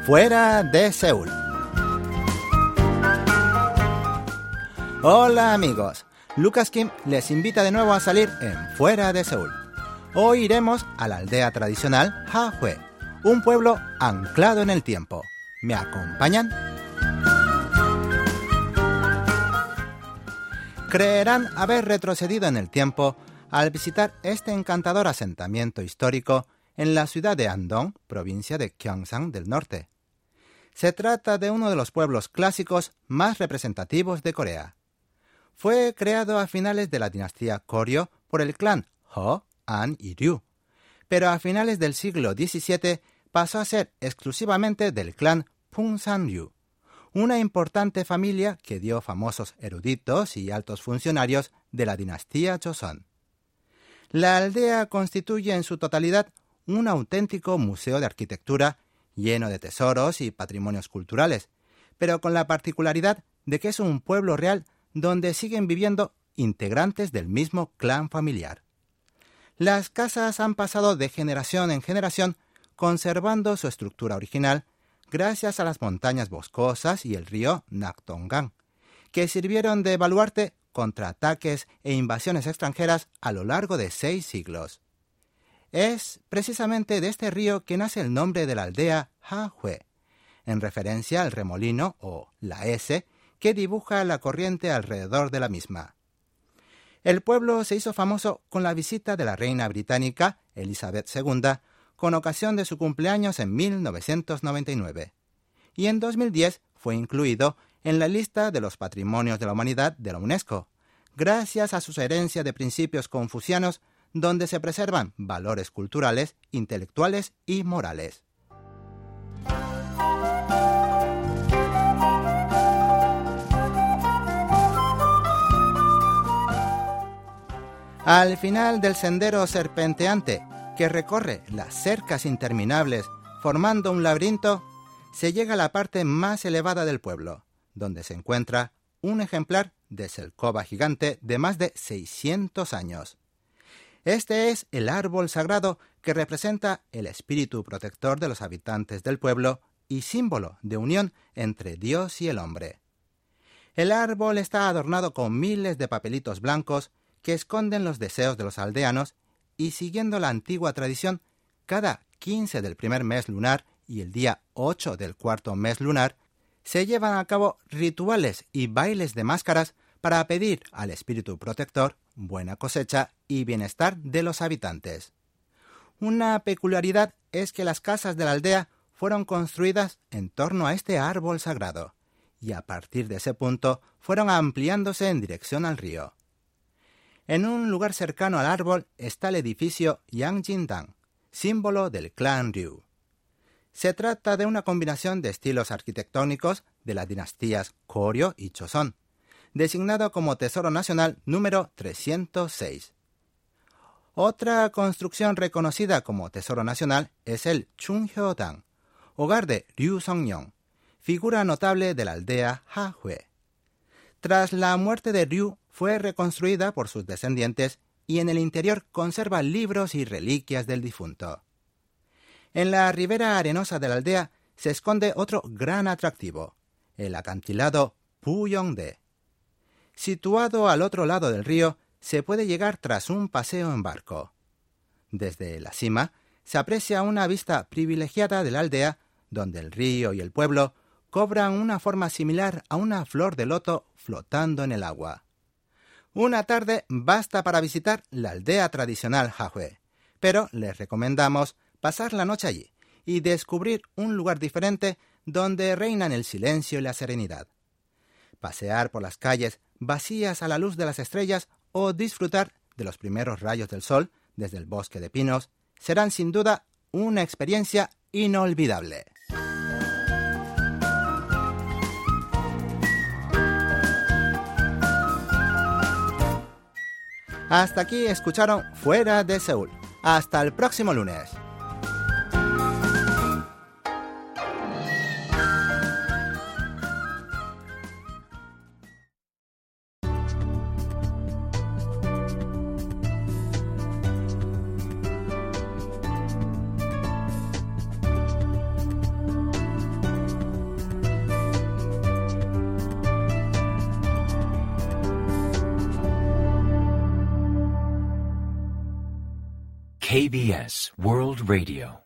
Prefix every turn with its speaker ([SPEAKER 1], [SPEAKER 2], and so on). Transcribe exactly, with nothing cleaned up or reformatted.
[SPEAKER 1] Fuera de Seúl. Hola amigos, Lucas Kim les invita de nuevo a salir en Fuera de Seúl. Hoy iremos a la aldea tradicional Hahue, un pueblo anclado en el tiempo. ¿Me acompañan? Creerán haber retrocedido en el tiempo al visitar este encantador asentamiento histórico en la ciudad de Andong, provincia de Gyeongsang del Norte. Se trata de uno de los pueblos clásicos más representativos de Corea. Fue creado a finales de la dinastía Goryeo por el clan Ho, An y Ryu, pero a finales del siglo diecisiete pasó a ser exclusivamente del clan Pungsan-ryu, una importante familia que dio famosos eruditos y altos funcionarios de la dinastía Joseon. La aldea constituye en su totalidad un auténtico museo de arquitectura lleno de tesoros y patrimonios culturales, pero con la particularidad de que es un pueblo real donde siguen viviendo integrantes del mismo clan familiar. Las casas han pasado de generación en generación, conservando su estructura original gracias a las montañas boscosas y el río Nakdongang, que sirvieron de baluarte contra ataques e invasiones extranjeras a lo largo de seis siglos. Es precisamente de este río que nace el nombre de la aldea Hahue, en referencia al remolino o la S que dibuja la corriente alrededor de la misma. El pueblo se hizo famoso con la visita de la reina británica Elizabeth segunda con ocasión de su cumpleaños en mil novecientos noventa y nueve, y en dos mil diez fue incluido en la lista de los Patrimonios de la Humanidad de la UNESCO, gracias a su herencia de principios confucianos donde se preservan valores culturales, intelectuales y morales. Al final del sendero serpenteante que recorre las cercas interminables formando un laberinto, se llega a la parte más elevada del pueblo, donde se encuentra un ejemplar de selkova gigante de más de seiscientos años. Este es el árbol sagrado que representa el espíritu protector de los habitantes del pueblo y símbolo de unión entre Dios y el hombre. El árbol está adornado con miles de papelitos blancos que esconden los deseos de los aldeanos y, siguiendo la antigua tradición, cada quince del primer mes lunar y el día ocho del cuarto mes lunar, se llevan a cabo rituales y bailes de máscaras para pedir al espíritu protector buena cosecha y bienestar de los habitantes. Una peculiaridad es que las casas de la aldea fueron construidas en torno a este árbol sagrado, y a partir de ese punto fueron ampliándose en dirección al río. En un lugar cercano al árbol está el edificio Yangjindang, símbolo del clan Ryu. Se trata de una combinación de estilos arquitectónicos de las dinastías Goryeo y Joseon, designado como Tesoro Nacional número trescientos seis. Otra construcción reconocida como Tesoro Nacional es el Chunghyo-dang, hogar de Ryu Song-yong, figura notable de la aldea Hahue. Tras la muerte de Ryu, fue reconstruida por sus descendientes y en el interior conserva libros y reliquias del difunto. En la ribera arenosa de la aldea se esconde otro gran atractivo, el acantilado Puyongdae. Situado al otro lado del río, se puede llegar tras un paseo en barco. Desde la cima se aprecia una vista privilegiada de la aldea, donde el río y el pueblo cobran una forma similar a una flor de loto flotando en el agua. Una tarde basta para visitar la aldea tradicional Hahue, pero les recomendamos pasar la noche allí y descubrir un lugar diferente donde reinan el silencio y la serenidad. Pasear por las calles vacías a la luz de las estrellas o disfrutar de los primeros rayos del sol desde el bosque de pinos serán sin duda una experiencia inolvidable. Hasta aquí escucharon Fuera de Seúl. Hasta el próximo lunes.
[SPEAKER 2] K B S World Radio.